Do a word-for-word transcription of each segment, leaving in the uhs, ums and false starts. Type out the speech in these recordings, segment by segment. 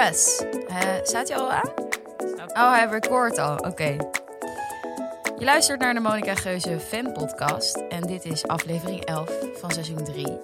Yes. Uh, staat hij al aan? Oh, hij recordt al. Oké. Okay. Je luistert naar de Monica Geuze Fan Podcast. En dit is aflevering elf van seizoen drie.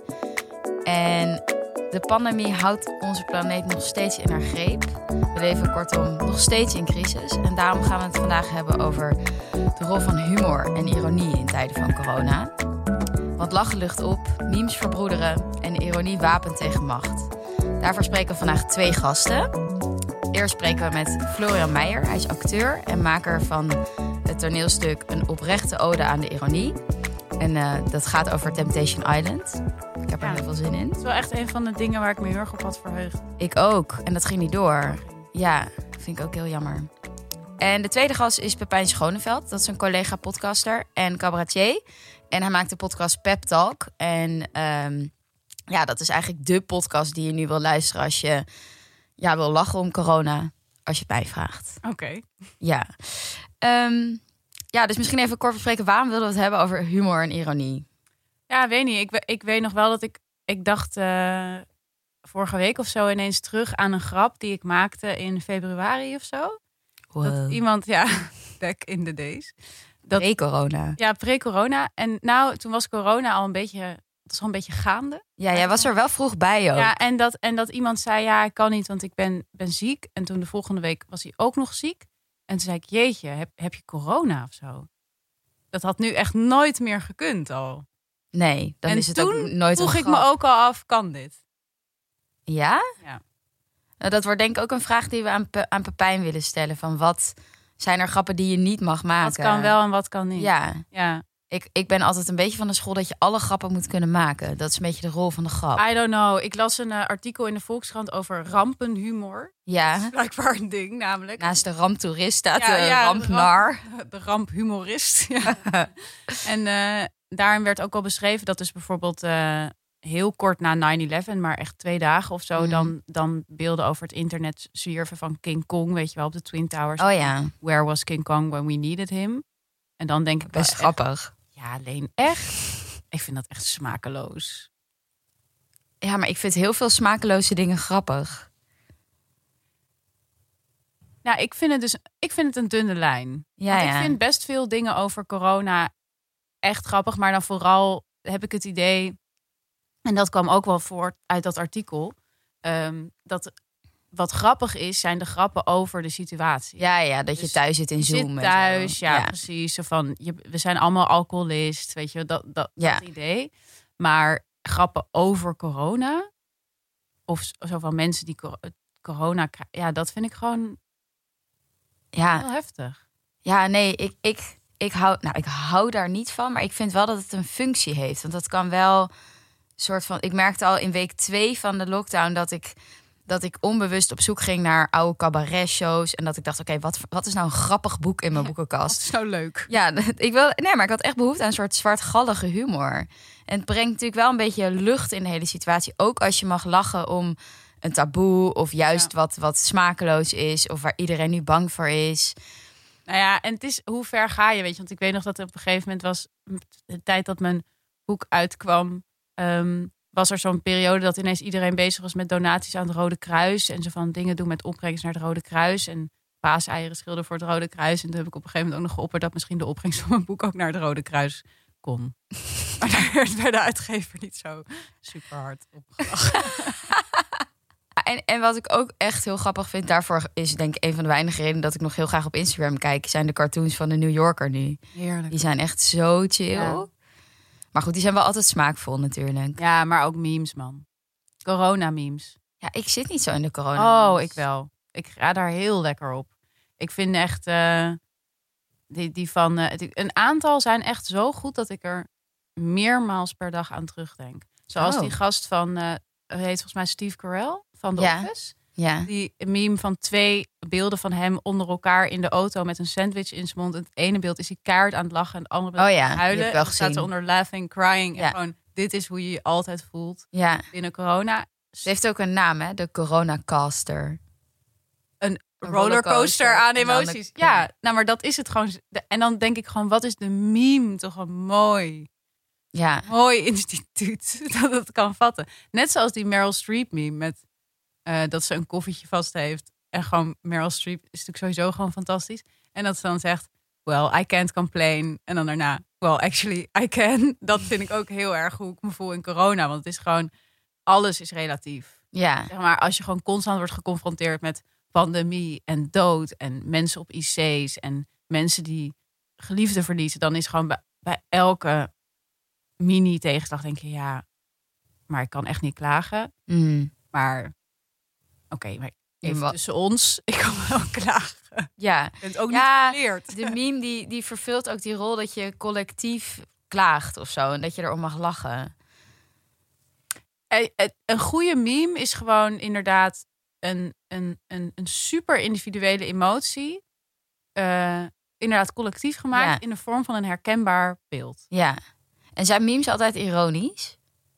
En de pandemie houdt onze planeet nog steeds in haar greep. We leven kortom nog steeds in crisis. En daarom gaan we het vandaag hebben over de rol van humor en ironie in tijden van corona. Want lachen lucht op, memes verbroederen en ironie wapent tegen macht. Daarvoor spreken we vandaag twee gasten. Eerst spreken we met Florian Meijer. Hij is acteur en maker van het toneelstuk Een oprechte ode aan de ironie. En uh, dat gaat over Temptation Island. Ik heb er ja, heel veel zin in. Het is wel echt een van de dingen waar ik me heel erg op had verheugd. Ik ook. En dat ging niet door. Ja, vind ik ook heel jammer. En de tweede gast is Pepijn Schoneveld. Dat is een collega podcaster en cabaretier. En hij maakt de podcast Pep Talk. En um, ja, dat is eigenlijk de podcast die je nu wil luisteren als je ja, wil lachen om corona. Als je het mij vraagt. Oké. Okay. Ja. Um, ja, dus misschien even kort bespreken. Waarom wilden we het hebben over humor en ironie? Ja, weet niet. Ik, ik weet nog wel dat ik... Ik dacht uh, vorige week of zo ineens terug aan een grap die ik maakte in februari of zo. Wow. Dat iemand, ja, back in the days. Dat, pre-corona. Ja, pre-corona. En nou, toen was corona al een beetje... Het was al een beetje gaande. Ja, jij was er wel vroeg bij ook. Ja, en dat, en dat iemand zei, ja, ik kan niet, want ik ben, ben ziek. En toen de volgende week was hij ook nog ziek. En toen zei ik, jeetje, heb, heb je corona of zo? Dat had nu echt nooit meer gekund al. Nee, dan en is het toen ook nooit vroeg ik me ook al af, kan dit? Ja? Ja. Nou, dat wordt denk ik ook een vraag die we aan, Pe- aan Pepijn willen stellen. Van wat zijn er grappen die je niet mag maken? Wat kan wel en wat kan niet? Ja. Ja. Ik, ik ben altijd een beetje van de school dat je alle grappen moet kunnen maken. Dat is een beetje de rol van de grap. I don't know. Ik las een uh, artikel in de Volkskrant over rampenhumor. Ja. Dat is blijkbaar een ding, namelijk. Naast de ramptoerist staat ja, de ja, rampnar. De, ramp, de ramphumorist. Ja. En uh, daarin werd ook al beschreven dat dus bijvoorbeeld uh, heel kort na nine eleven, maar echt twee dagen of zo, mm. dan, dan beelden over het internet zwierven van King Kong, weet je wel, op de Twin Towers. Oh ja. Where was King Kong when we needed him? En dan denk ik best grappig. Ja, alleen echt. Ik vind dat echt smakeloos. Ja, maar ik vind heel veel smakeloze dingen grappig. Nou, ik vind het dus ik vind het een dunne lijn. Ja, Want ja. Ik vind best veel dingen over corona echt grappig. Maar dan vooral heb ik het idee... En dat kwam ook wel voort uit dat artikel. Um, dat wat grappig is, zijn de grappen over de situatie. Ja, ja, dat dus je thuis zit in Zoom. Zit thuis, zo. Ja, ja, precies. Zo van, je, we zijn allemaal alcoholist, weet je, dat, dat, ja. dat idee. Maar grappen over corona, of zo van mensen die corona krijgen, ja, dat vind ik gewoon ja. heel heftig. Ja, nee, ik, ik, ik, hou, nou, ik hou daar niet van, maar ik vind wel dat het een functie heeft. Want dat kan wel soort van... Ik merkte al in week twee van de lockdown dat ik... dat ik onbewust op zoek ging naar oude cabaret-shows. En dat ik dacht, oké, okay, wat, wat is nou een grappig boek in mijn boekenkast? Dat is zo leuk. Ja, ik wil, nee, maar ik had echt behoefte aan een soort zwartgallige humor. En het brengt natuurlijk wel een beetje lucht in de hele situatie. Ook als je mag lachen om een taboe of juist ja. wat, wat smakeloos is. Of waar iedereen nu bang voor is. Nou ja, en het is, hoe ver ga je, weet je? Want ik weet nog dat er op een gegeven moment was... de tijd dat mijn boek uitkwam... Um, was er zo'n periode dat ineens iedereen bezig was met donaties aan het Rode Kruis. En zo van dingen doen met opbrengst naar het Rode Kruis. En paaseieren schilderen voor het Rode Kruis. En toen heb ik op een gegeven moment ook nog geopperd dat misschien de opbrengst van mijn boek ook naar het Rode Kruis kon. Maar daar werd bij de uitgever niet zo super hard op gelachen. En, en wat ik ook echt heel grappig vind, daarvoor is denk ik een van de weinige redenen dat ik nog heel graag op Instagram kijk, zijn de cartoons van de New Yorker nu. Heerlijk. Die zijn echt zo chill. Ja. Maar goed, die zijn wel altijd smaakvol natuurlijk. Ja, maar ook memes, man. Corona-memes. Ja, ik zit niet zo in de corona. Oh, ik wel. Ik ga daar heel lekker op. Ik vind echt... Uh, die, die van... Uh, een aantal zijn echt zo goed dat ik er meermaals per dag aan terugdenk. Zoals oh. die gast van... Uh, heet volgens mij Steve Carell van The ja. Office. Ja. Die meme van twee beelden van hem onder elkaar in de auto met een sandwich in zijn mond. Het ene beeld is hij keihard aan het lachen en het andere beeld oh ja, aan het huilen. En staat er onder laughing, crying. Ja. En gewoon, dit is hoe je je altijd voelt ja. binnen corona. Ze heeft ook een naam, hè? De Corona-caster. Een, een rollercoaster aan emoties. De... Ja, nou, maar dat is het gewoon. En dan denk ik gewoon, wat is de meme toch een mooi... Ja. Mooi instituut dat het kan vatten. Net zoals die Meryl Streep meme met Uh, dat ze een koffietje vast heeft. En gewoon Meryl Streep is natuurlijk sowieso gewoon fantastisch. En dat ze dan zegt, well, I can't complain. En dan daarna, well, actually, I can. Dat vind ik ook heel erg hoe ik me voel in corona. Want het is gewoon, alles is relatief. Ja. Zeg maar, als je gewoon constant wordt geconfronteerd met pandemie en dood. En mensen op I C's en mensen die geliefden verliezen. Dan is gewoon bij, bij elke mini-tegenslag denk je, ja, maar ik kan echt niet klagen. Mm. Maar, oké, okay, maar even wat... tussen ons, ik kan wel klagen. Ja, ik ben het ook ja, niet geleerd. De meme die, die vervult ook die rol dat je collectief klaagt of zo. En dat je erom mag lachen. Een goede meme is gewoon inderdaad een, een, een, een super individuele emotie. Uh, inderdaad collectief gemaakt ja. in de vorm van een herkenbaar beeld. Ja. En zijn memes altijd ironisch?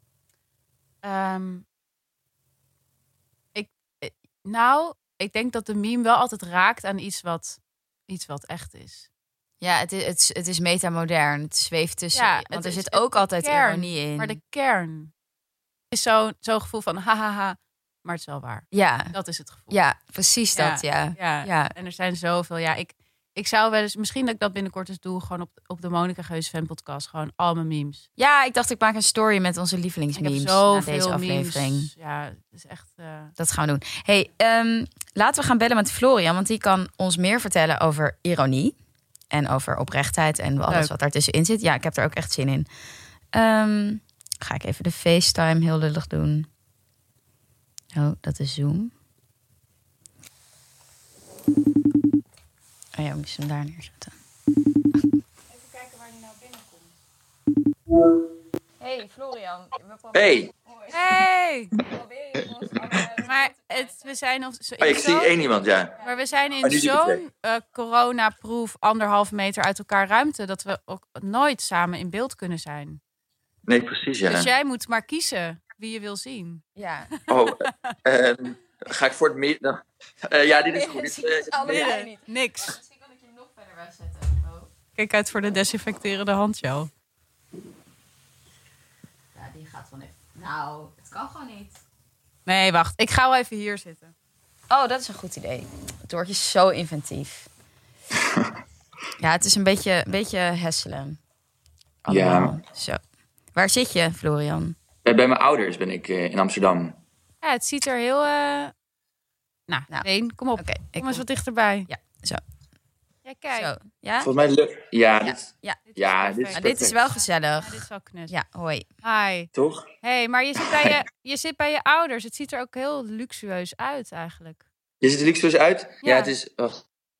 Um, ik, nou, ik denk dat de meme wel altijd raakt aan iets wat, iets wat echt is. Ja, het is, het is, het is metamodern. Het zweeft tussen. Ja, want er is, zit ook altijd kern, ironie in. Maar de kern is zo'n zo gevoel van hahaha, maar het is wel waar. Ja. Dat is het gevoel. Ja, precies dat, ja. Ja, ja. ja. En er zijn zoveel. Ja, ik, ik zou wel eens, misschien dat ik dat binnenkort eens doe, gewoon op, op de Monica Geuze Fan Podcast, gewoon al mijn memes. Ja, ik dacht ik maak een story met onze lievelingsmemes na deze aflevering. Memes. Ja, het is echt. Uh... Dat gaan we doen. Hey, um, laten we gaan bellen met Florian, want die kan ons meer vertellen over ironie en over oprechtheid en alles Leuk. Wat daartussenin zit. Ja, ik heb er ook echt zin in. Um, ga ik even de FaceTime heel lullig doen. Oh, dat is Zoom. Oh ja, we moeten hem daar neerzetten. Even kijken waar hij nou binnenkomt. Hey Florian. Hey. Hey. Maar het, we zijn of, oh, ik zie één iemand, ja. Maar we zijn in oh, zo'n uh, coronaproof anderhalf meter uit elkaar ruimte dat we ook nooit samen in beeld kunnen zijn. Nee, precies, ja. Dus jij moet maar kiezen wie je wil zien. Ja. Oh, uh, ga ik voor het meer... Uh, ja, dit is goed. Dit, uh, nee, niet. Niks. Maar misschien kan ik je nog verder wegzetten. Oh. Kijk uit voor de desinfecterende handgel. Ja, die gaat gewoon even... Nou, het kan gewoon niet. Nee, wacht. Ik ga wel even hier zitten. Oh, dat is een goed idee. Doortje is zo inventief. Ja, het is een beetje, een beetje hesselen. Allemaal. Ja. Zo. Waar zit je, Florian? Bij mijn ouders ben ik uh, in Amsterdam. Ja, het ziet er heel... Uh... Nou, nou. Reen, kom op. Okay, kom eens kom. wat dichterbij. Ja, zo. Ja, kijk. Zo. Ja? Volgens mij... Lu- ja, ja. Dit, ja. ja, dit is, ja, dit is wel gezellig. Ja, dit is wel knus. Ja, hoi. Hi. Toch? Hey, maar je zit, bij je, je zit bij je ouders. Het ziet er ook heel luxueus uit eigenlijk. Je ziet er luxueus uit? Ja, ja het is... Oh.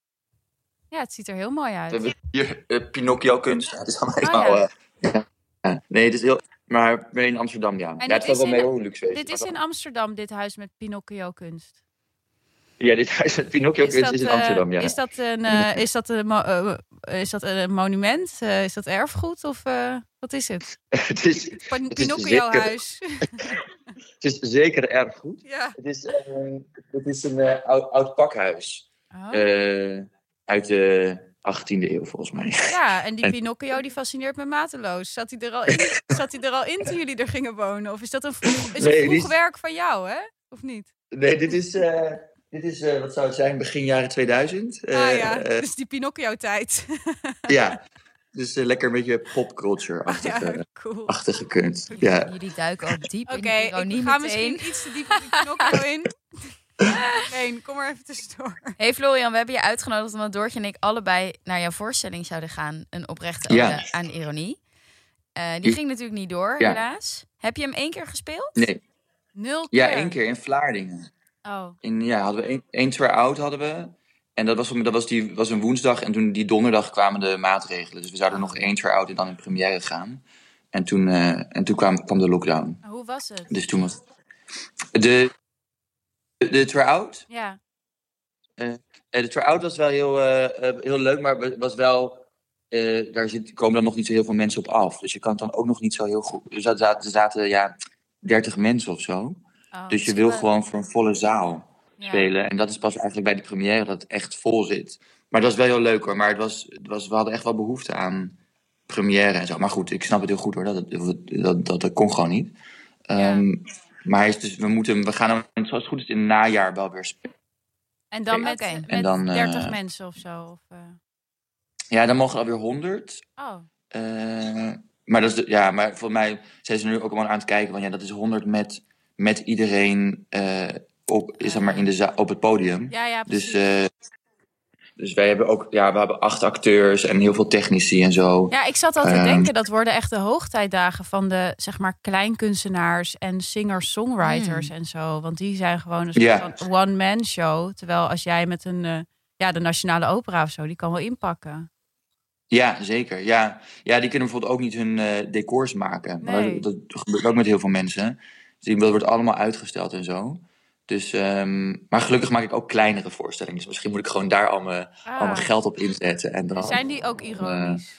Ja, het ziet er heel mooi uit. We hebben hier uh, Pinocchio kunst. Ja, het is allemaal helemaal... Oh, ja. Uh, ja. Nee, het is heel... Maar ben in Amsterdam, ja. En ja, het valt wel mee hoe luxueus. Dit is in Amsterdam, dit huis met Pinocchio kunst. Ja, dit huis met Pinocchio kunst is, is in Amsterdam, ja. Is dat een, uh, is dat een, uh, is dat een monument? Uh, is dat erfgoed? Of uh, wat is het? het is Pinocchio-huis. Het is zeker erfgoed. Ja. Het is, uh, het is een uh, oud, oud pakhuis. Oh. Uh, uit de achttiende eeuw, volgens mij. Ja, en die Pinocchio die fascineert me mateloos. Zat hij er al in, zat hij er al in toen jullie er gingen wonen? Of is dat een vroeg, is nee, een vroeg dit... werk van jou, hè? Of niet? Nee, dit is... Uh... Dit is, uh, wat zou het zijn, begin jaren tweeduizend. Uh, ah ja, uh, dus die Pinocchio-tijd. Ja, dus uh, lekker een beetje popculture-achtige ah, ja, cool. achtige kunst. Ja. Jullie duiken al diep okay, in de ironie ik ga meteen. misschien iets te diep in die Pinocchio in. Nee, kom maar even tussendoor. Hey Florian, we hebben je uitgenodigd omdat Doortje en ik allebei naar jouw voorstelling zouden gaan. Een oprechte ode ja. aan ironie. Uh, die ging natuurlijk niet door, ja. helaas. Heb je hem één keer gespeeld? Nee. Nul keer? Ja, één keer in Vlaardingen. Oh. In, ja, hadden we één, één try-out hadden we. En dat was, dat was, die, was een woensdag. En toen die donderdag kwamen de maatregelen. Dus we zouden nog één try-out en dan in première gaan. En toen, uh, en toen kwam, kwam de lockdown. Hoe was het? Dus toen was... De, de, de try-out? Ja. Uh, de try-out was wel heel, uh, uh, heel leuk, maar het was wel... Uh, daar zit, komen dan nog niet zo heel veel mensen op af. Dus je kan het dan ook nog niet zo heel goed... Dus er zaten, er zaten ja, dertig mensen of zo. Oh, dus je wil leuk. Gewoon voor een volle zaal ja. spelen. En dat is pas eigenlijk bij de première dat het echt vol zit. Maar dat was wel heel leuk hoor. Maar het was, het was, we hadden echt wel behoefte aan première en zo. Maar goed, ik snap het heel goed hoor. Dat, dat, dat, dat, dat kon gewoon niet. Um, ja. maar hij is dus, we, moeten, we gaan hem, zoals het goed is, in het najaar wel weer spelen. En dan met, Oké. met En dan, eh, dertig mensen of zo? Of, uh... Ja, dan mogen er alweer honderd. Oh. Uh, maar, dat is de, ja, maar voor mij zijn ze nu ook allemaal aan het kijken. Want ja, dat is honderd met, met iedereen uh, op, is maar in de za- op het podium. Ja, ja, precies. Dus, uh, dus wij hebben ook, ja, we hebben acht acteurs en heel veel technici en zo. Ja, ik zat al te uh, denken, dat worden echt de hoogtijdagen van de, zeg maar, kleinkunstenaars en singers-songwriters mm. en zo. Want die zijn gewoon een soort ja. van one-man show. Terwijl als jij met een, uh, ja, de Nationale Opera of zo, die kan wel inpakken. Ja, zeker. Ja, ja die kunnen bijvoorbeeld ook niet hun uh, decors maken. Nee. Dat, dat gebeurt ook met heel veel mensen. Dus dat wordt allemaal uitgesteld en zo. Dus, um, maar gelukkig maak ik ook kleinere voorstellingen. Dus misschien moet ik gewoon daar al mijn, ah. al mijn geld op inzetten. En dan, zijn die ook ironisch?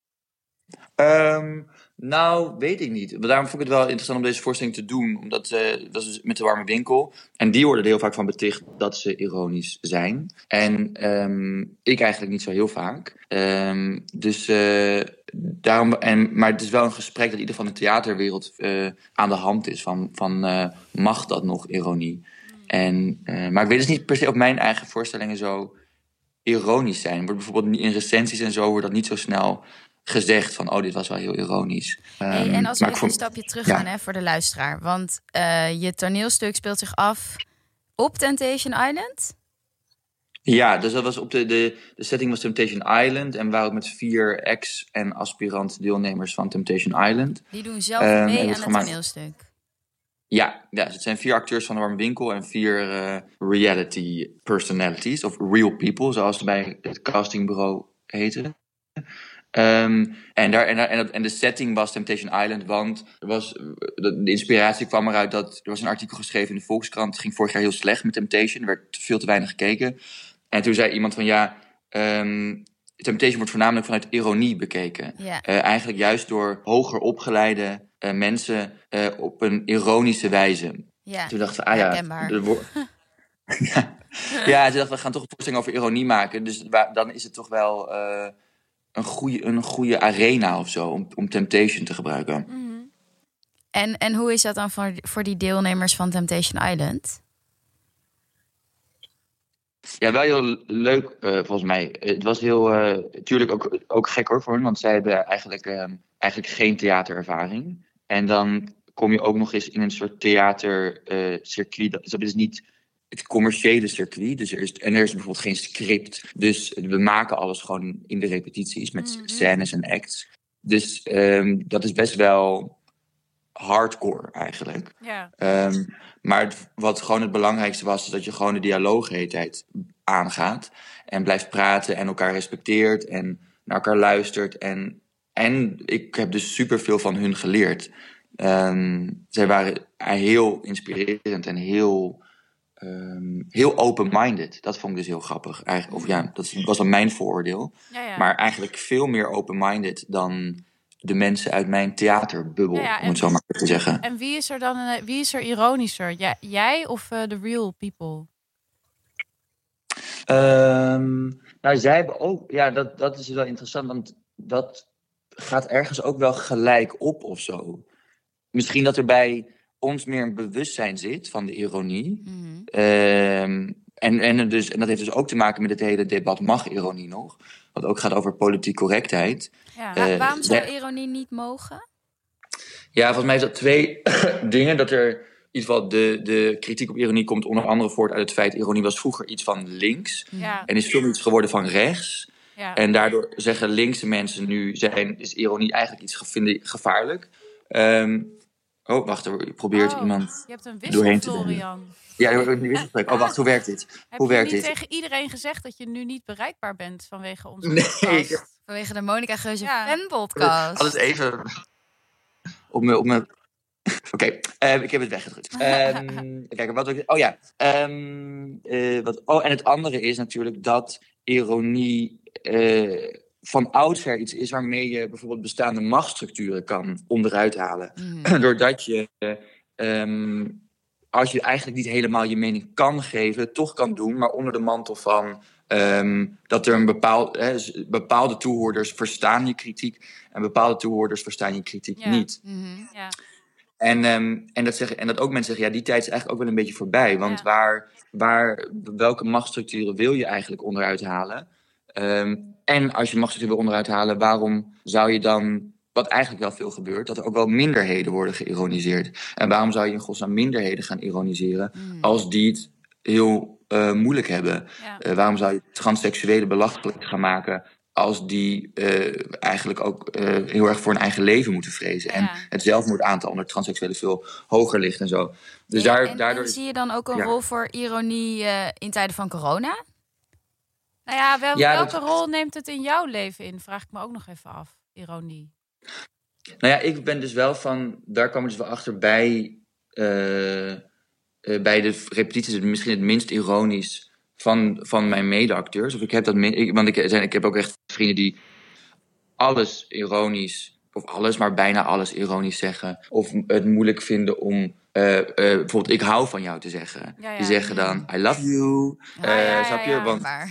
Uh, um, nou, weet ik niet. Maar daarom vond ik het wel interessant om deze voorstelling te doen. Omdat uh, dat was dus met de Warme Winkel. En die worden er heel vaak van beticht dat ze ironisch zijn. En um, ik eigenlijk niet zo heel vaak. Um, dus uh, daarom. En, maar het is wel een gesprek dat in ieder geval in de theaterwereld uh, aan de hand is. Van, van uh, mag dat nog ironie? En, uh, maar ik weet dus niet per se of mijn eigen voorstellingen zo ironisch zijn. Wordt bijvoorbeeld in recensies en zo wordt dat niet zo snel gezegd van, oh, dit was wel heel ironisch. Um, hey, en als we even vond, een stapje terug ja. gaan hè, voor de luisteraar. Want uh, je toneelstuk speelt zich af op Temptation Island? Ja, dus dat was op de, de, de setting was Temptation Island. En we waren ook met vier ex- en aspirant deelnemers van Temptation Island. Die doen zelf um, mee aan het gemaakt. toneelstuk? Ja, ja, dus het zijn vier acteurs van de Warme Winkel en vier uh, reality personalities. Of real people, zoals ze bij het castingbureau heten. Um, en, daar, en, en, en de setting was Temptation Island, want er was, de, de inspiratie kwam eruit dat er was een artikel geschreven in de Volkskrant. Het ging vorig jaar heel slecht met Temptation, er werd veel te weinig gekeken. En toen zei iemand van ja, um, Temptation wordt voornamelijk vanuit ironie bekeken. Yeah. Uh, eigenlijk juist door hoger opgeleide uh, mensen uh, op een ironische wijze. Ja, toen dachten we, ah ja, herkenbaar. Wo- ja. ja, ze dachten we gaan toch een voorstelling over ironie maken. Dus wa- dan is het toch wel uh, een goede, een goede arena of zo om, om Temptation te gebruiken. Mm-hmm. En, en hoe is dat dan voor, voor die deelnemers van Temptation Island? Ja, wel heel leuk uh, volgens mij. Het was heel, uh, tuurlijk ook, ook gek hoor voor hen, want zij hebben eigenlijk, uh, eigenlijk geen theaterervaring. En dan kom je ook nog eens in een soort theatercircuit. Uh, dat is niet het commerciële circuit. Dus er is, en er is bijvoorbeeld geen script. Dus we maken alles gewoon in de repetities met mm-hmm. scènes en acts. Dus um, dat is best wel hardcore eigenlijk. Yeah. Um, maar het, wat gewoon het belangrijkste was, is dat je gewoon de dialoog de hele tijd aangaat. En blijft praten en elkaar respecteert en naar elkaar luistert. En, en ik heb dus superveel van hun geleerd. Um, zij waren heel inspirerend en heel, um, heel open-minded. Dat vond ik dus heel grappig. Eigenlijk, of ja, dat was dan mijn vooroordeel. Ja, ja. Maar eigenlijk veel meer open-minded dan de mensen uit mijn theaterbubbel, ja, ja, om het zo maar te zeggen. En wie is er dan, wie is er ironischer? Ja, jij of uh, the real people? Um, nou, zij hebben ook, ja, dat, dat is wel interessant, want dat gaat ergens ook wel gelijk op of zo. Misschien dat er bij ons meer een bewustzijn zit van de ironie. Mm-hmm. Um, en, en, dus, en dat heeft dus ook te maken met het hele debat, mag ironie nog? Wat ook gaat over politiek correctheid. Ja, uh, waarom zou ironie niet mogen? Ja, volgens mij is dat twee dingen. Dat er in ieder geval de, de kritiek op ironie komt onder andere voort uit het feit... ironie was vroeger iets van links. Ja. En is veel meer iets geworden van rechts. Ja. En daardoor zeggen linkse mensen nu... Zijn, is ironie eigenlijk iets ge- gevaarlijk. Um, oh, wacht, er probeert oh, iemand je hebt een doorheen te Florian. Ja, je hebt een wisselgesprek. Oh, wacht, hoe werkt dit? Heb hoe je werkt niet dit? tegen iedereen gezegd dat je nu niet bereikbaar bent vanwege onze nee, podcast? Ik... Vanwege de Monica Geuze ja. fanpodcast. Alles even op mijn... Op mijn... Oké, okay. uh, ik heb het weggedrukt. Um, kijk, wat ik... Oh ja. Um, uh, wat... Oh, en het andere is natuurlijk dat ironie uh, van oudsher iets is waarmee je bijvoorbeeld bestaande machtsstructuren kan onderuit halen. Mm. Doordat je, uh, um, als je eigenlijk niet helemaal je mening kan geven, toch kan doen, maar onder de mantel van... Um, dat er een bepaald, hè, bepaalde toehoorders verstaan je kritiek en bepaalde toehoorders verstaan je kritiek ja. niet. Mm-hmm. Ja. En, um, en, dat zeggen, en dat ook mensen zeggen, ja, die tijd is eigenlijk ook wel een beetje voorbij. Want Ja. waar, waar, welke machtsstructuren wil je eigenlijk onderuit halen? Um, en als je machtsstructuren wil onderuit halen, waarom zou je dan, wat eigenlijk wel veel gebeurt, dat er ook wel minderheden worden geïroniseerd? En waarom zou je in godsnaam minderheden gaan ironiseren Mm. als die het heel uh, moeilijk hebben? Ja. Uh, waarom zou je transseksuelen belachelijk gaan maken als die uh, eigenlijk ook uh, heel erg voor hun eigen leven moeten vrezen? Ja. En het zelfmoordaantal onder transseksuelen veel hoger ligt en zo. Dus Ja, daar, en, daardoor en zie je dan ook een ja. rol voor ironie uh, in tijden van corona? Nou ja, wel, Ja, welke dat- rol neemt het in jouw leven in? Vraag ik me ook nog even af. Ironie. Nou ja, ik ben dus wel van, daar kwam ik dus wel achter bij, uh, uh, bij de repetities, misschien het minst ironisch van, van mijn mede-acteurs. Of ik heb dat, min- ik, want ik, ik heb ook echt vrienden die alles ironisch, of alles, maar bijna alles ironisch zeggen. Of het moeilijk vinden om, uh, uh, bijvoorbeeld, ik hou van jou te zeggen. Ja, ja. Die zeggen dan, I love you. Ja, Uh, ja, ja, snap je? ja. Want, Maar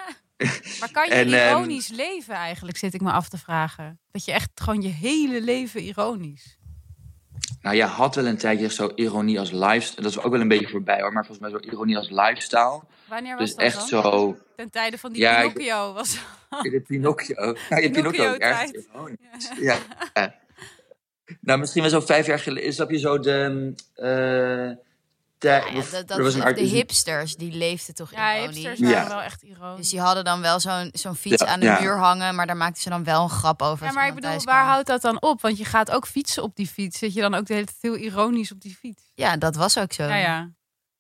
Maar kan je En, ehm, ironisch leven eigenlijk, zit ik me af te vragen. Dat je echt gewoon je hele leven ironisch. nou, je had wel een tijdje zo ironie als lifestyle. Dat is ook wel een beetje voorbij hoor, maar volgens mij zo ironie als lifestyle. Wanneer was Dus dat echt dan? zo. Ten tijde van die Ja, ik- Pinocchio was. De Pinocchio. Nou, je Pinocchio ook erg Pinocchio-tijd. ironisch. Ja. Ja. Nou, misschien wel zo vijf jaar geleden. Snap je zo de. Uh, de ja, ja, dat, dat, er was een de artiest- hipsters, die leefden toch Ja, ironisch? hipsters Ja. waren wel echt ironisch. Dus die hadden dan wel zo'n zo'n fiets Ja, aan de ja. muur hangen, maar daar maakten ze dan wel een grap over. Ja, als maar ik iemand bedoel, thuis waar kwam. houdt dat dan op? Want je gaat ook fietsen op die fiets. Zit je dan ook de hele tijd heel ironisch op die fiets? Ja, dat was ook zo. Ja, ja.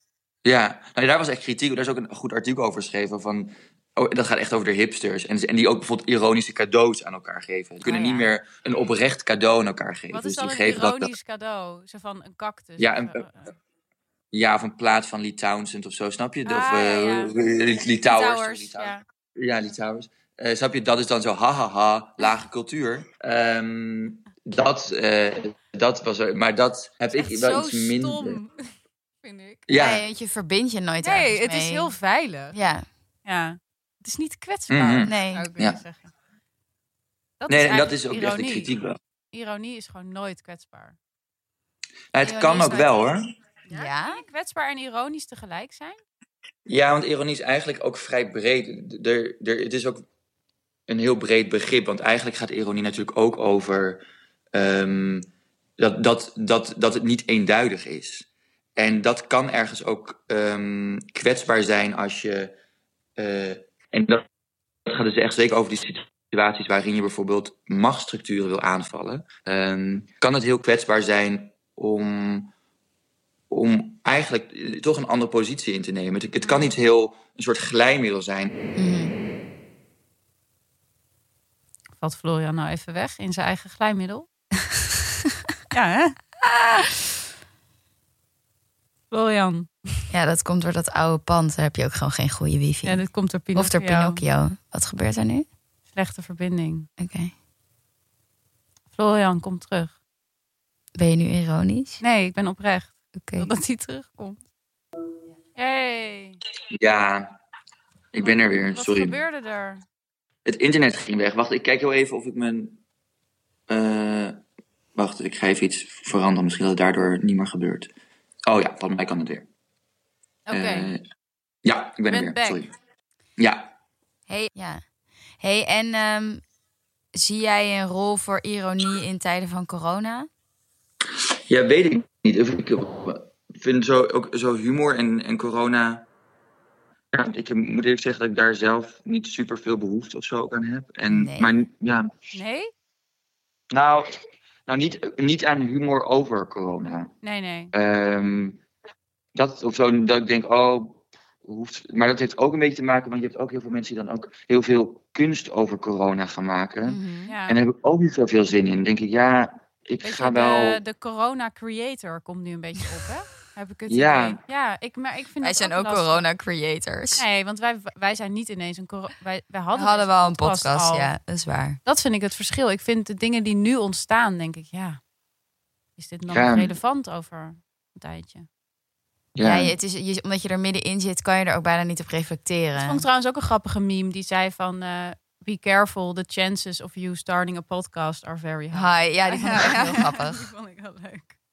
Ja, nou, daar was echt kritiek. Daar is ook een goed artikel over geschreven. Van, oh, dat gaat echt over de hipsters. En, en die ook bijvoorbeeld ironische cadeaus aan elkaar geven. Die kunnen Oh, ja. niet meer een oprecht cadeau aan elkaar geven. Wat dus is dan die een geven dat- ironisch cadeau? Zo van een cactus? Ja, of, een- eh, eh, Ja, of een plaat van Lee Townsend of zo, snap je? Ah, of uh, ja. Lee, Lee Towers. Towers, Lee Towers. ja. Ja, Lee Towers. Uh, snap je, dat is dan zo ha ha ha, lage cultuur. Um, dat, uh, dat was er, maar dat heb ik Echt wel zo iets minder. stom, vind ik. Ja, Nee, want je verbindt je nooit Nee, ergens het mee. is heel veilig. Ja, Ja. Het is niet kwetsbaar, Mhm. nee. zou ik willen Ja. zeggen. Dat nee, is en dat eigenlijk is ook echt de ironie. kritiek wel. Ironie is gewoon nooit kwetsbaar. Nou, het Ironie kan is ook nooit- wel hoor. Ja? Kan je kwetsbaar en ironisch tegelijk zijn? Ja, want ironie is eigenlijk ook vrij breed. Er, er, het is ook een heel breed begrip. Want eigenlijk gaat ironie natuurlijk ook over um, dat, dat, dat, dat het niet eenduidig is. En dat kan ergens ook um, kwetsbaar zijn als je... Uh, en dat gaat dus echt zeker over die situaties waarin je bijvoorbeeld machtsstructuren wil aanvallen. Um, kan het heel kwetsbaar zijn om... om eigenlijk uh, toch een andere positie in te nemen. Het, het kan niet heel een soort glijmiddel zijn. Mhm. Valt Florian nou even weg in zijn eigen glijmiddel? Ja, hè? Florian. Ja, dat komt door dat oude pand. Daar heb je ook gewoon geen goede wifi. Ja, dit komt door Pinocchio. Of door Pinocchio. Wat gebeurt er nu? Slechte verbinding. Oké. Okay. Florian, kom terug. Ben je nu ironisch? Nee, ik ben oprecht. Oké. Okay. Dat hij terugkomt. Hey. Ja, ik ben er weer. Wat Sorry. Wat gebeurde er? Het internet ging weg. Wacht, ik kijk heel even of ik mijn... Uh, wacht, ik ga even iets veranderen. Misschien dat het daardoor niet meer gebeurt. Oh ja, van mij kan het weer. Oké. Okay. Uh, ja, ik ben er weer. Back. Sorry. Ja. Hey, ja. Hey, en um, zie jij een rol voor ironie in tijden van corona? Ja, weet ik niet. Ik vind zo, ook zo humor en, en corona... Ja, ik moet eerlijk zeggen dat ik daar zelf niet super veel behoefte of zo ook aan heb. En, nee. Maar ja... Nee? Nou, nou niet, niet aan humor over corona. Nee, nee. Um, dat of zo, dat ik denk, oh... Hoeft, maar dat heeft ook een beetje te maken, want je hebt ook heel veel mensen die dan ook heel veel kunst over corona gaan maken. Mm-hmm. Ja. En daar heb ik ook niet zoveel zin in. Dan denk ik, ja, ik Weet ga je, wel... De, de corona creator komt nu een beetje op, hè? Heb ik het Ja. idee. Ja, ik, maar ik vind wij dat zijn ook, ook lastig. corona creators. Nee, want wij, wij zijn niet ineens een corona... Wij, wij hadden, We hadden wel een podcast, al. ja, dat is waar. Dat vind ik het verschil. Ik vind de dingen die nu ontstaan, denk ik, ja... Is dit nog Ja. relevant over een tijdje? Ja, ja het is, je, omdat je er middenin zit, kan je er ook bijna niet op reflecteren. Ik vond trouwens ook een grappige meme die zei van... Uh, be careful, the chances of you starting a podcast are very high. Hi, ja, die vond ik ook heel grappig. Die vond ik heel leuk.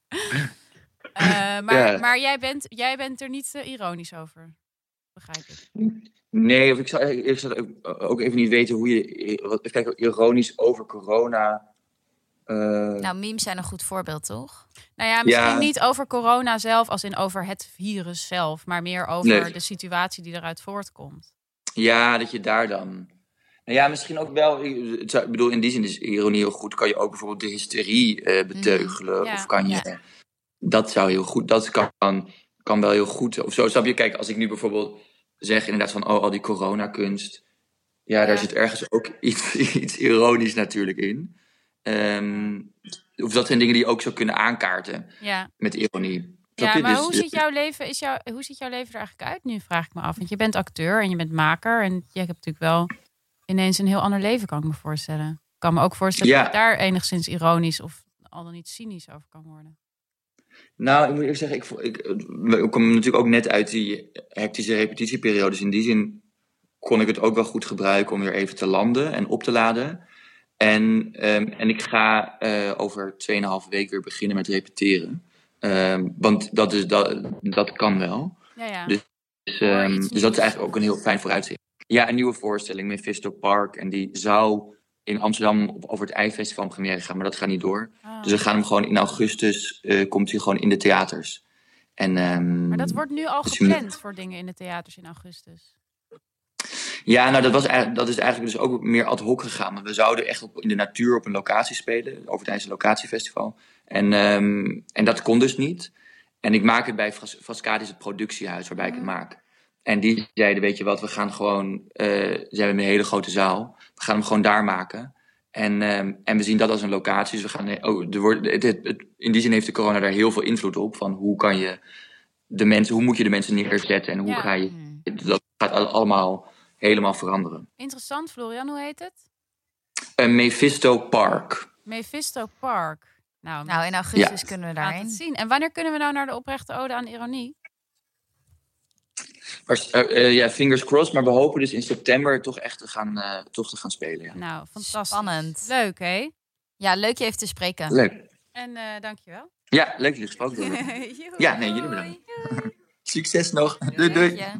Uh, maar Ja. maar jij, bent, jij bent er niet uh, ironisch over, begrijp ik. Nee, of ik zou, ik zou ook- ook even niet weten hoe je... Wat, kijk, ironisch over corona... Uh, Nou, memes zijn een goed voorbeeld, toch? Nou ja, misschien Ja. niet over corona zelf, als in over het virus zelf, maar meer over Nee. de situatie die eruit voortkomt. Ja, dat je daar dan... Nou ja, misschien ook wel... Ik zou- ik bedoel, in die zin is ironie heel goed. Kan je ook bijvoorbeeld de hysterie uh, beteugelen. Mm, ja, of kan je... ja. Dat zou heel goed... Dat kan, kan wel heel goed... Of zo, snap je? Kijk, als ik nu bijvoorbeeld zeg inderdaad van... Oh, al die coronakunst. Ja, daar Ja. zit ergens ook iets, iets ironisch natuurlijk in. Um, of dat zijn dingen die je ook zou kunnen aankaarten. Ja. Met ironie. Snap Ja, je? maar Dus, hoe ziet jouw leven, is jouw, hoe ziet jouw leven er eigenlijk uit nu, vraag ik me af. Want je bent acteur en je bent maker. En je hebt natuurlijk wel ineens een heel ander leven, kan ik me voorstellen. Ik kan me ook voorstellen Ja. dat je daar enigszins ironisch of al dan niet cynisch over kan worden. Nou, ik moet eerlijk zeggen, ik, vo- ik, ik kom natuurlijk ook net uit die hectische repetitieperiode. Dus in die zin kon ik het ook wel goed gebruiken om weer even te landen en op te laden. En, um, en ik ga uh, over tweeënhalve week weer beginnen met repeteren. Um, want dat, is, dat, dat kan wel. Ja, ja. Dus, um, dus dat is eigenlijk ook een heel fijn vooruitzicht. Ja, een nieuwe voorstelling, Mephisto Park. En die zou in Amsterdam op, over het IJfestival première gaan, maar dat gaat niet door. Oh. Dus we gaan hem gewoon in augustus, uh, komt hij gewoon in de theaters. En, um, maar dat wordt nu al dus gepland je... voor dingen in de theaters in augustus. Ja, nou dat, was, dat is eigenlijk dus ook meer ad hoc gegaan. Maar we zouden echt op, in de natuur op een locatie spelen. Over het IJse Locatiefestival. En, um, en dat kon dus niet. En ik maak het bij Fras- Frascadis, het productiehuis waarbij ik het maak. En die zeiden, weet je wat, we gaan gewoon... Uh, ze hebben een hele grote zaal. We gaan hem gewoon daar maken. En, um, en we zien dat als een locatie. Dus we gaan... Oh, er wordt, het, het, het, in die zin heeft de corona daar heel veel invloed op. Van hoe kan je de mensen... Hoe moet je de mensen neerzetten? En hoe Ja. ga je... Dat gaat allemaal... helemaal veranderen. Interessant, Florian, hoe heet het? Uh, Mephisto Park. Mephisto Park. Nou, Nou, in augustus Ja. kunnen we laat daarheen. het zien. En wanneer kunnen we nou naar de oprechte ode aan ironie? Maar, uh, uh, ja, fingers crossed. Maar we hopen dus in september toch echt te gaan, uh, toch te gaan spelen. Ja. Nou, fantastisch. Spannend. Leuk, hè? Ja, leuk je even te spreken. Leuk. En uh, dankjewel. Ja, leuk jullie gesproken te hebben. Ja, nee, jullie bedankt. Succes nog. Doei, doei. Ja.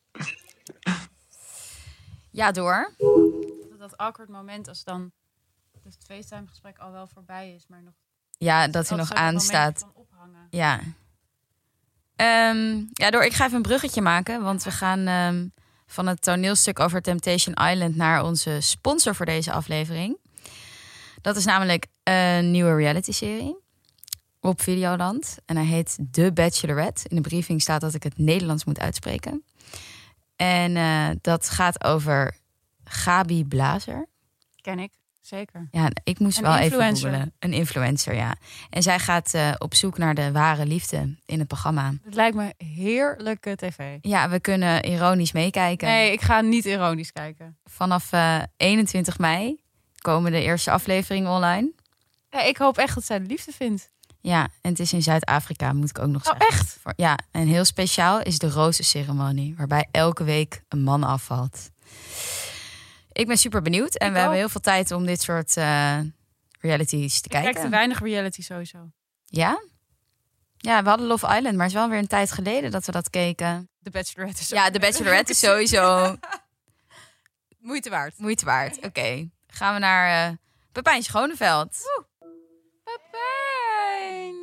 Ja, door. Dat, dat awkward moment als dan het FaceTime-gesprek al wel voorbij is, maar nog... Ja, dat hij nog aanstaat. Van ophangen. Ja. Um, ja, door. Ik ga even een bruggetje maken, want we gaan um, van het toneelstuk over Temptation Island naar onze sponsor voor deze aflevering. Dat is namelijk een nieuwe reality-serie op Videoland. En hij heet The Bachelorette. In de briefing staat dat ik het Nederlands moet uitspreken. En uh, dat gaat over Gabi Blazer. Ken ik, zeker. Ja, ik moest een wel influencer. even googlen. Een influencer, ja. En zij gaat uh, op zoek naar de ware liefde in het programma. Het lijkt me heerlijke tv. Ja, we kunnen ironisch meekijken. Nee, ik ga niet ironisch kijken. Vanaf uh, eenentwintig mei komen de eerste afleveringen online. Ja, ik hoop echt dat zij de liefde vindt. Ja, en het is in Zuid-Afrika, moet ik ook nog oh, zeggen. echt? Voor, ja, en heel speciaal is de rozenceremonie, waarbij elke week een man afvalt. Ik ben super benieuwd en ik we ook. hebben heel veel tijd om dit soort uh, realities te ik kijken. Ik kijk te weinig reality sowieso. Ja? Ja, we hadden Love Island, maar het is wel weer een tijd geleden dat we dat keken. The Bachelorette is Ja, The Bachelorette is sowieso moeite waard. Moeite waard. Oké, okay. Gaan we naar uh, Pepijn Schoneveld. Oeh. Pepijn!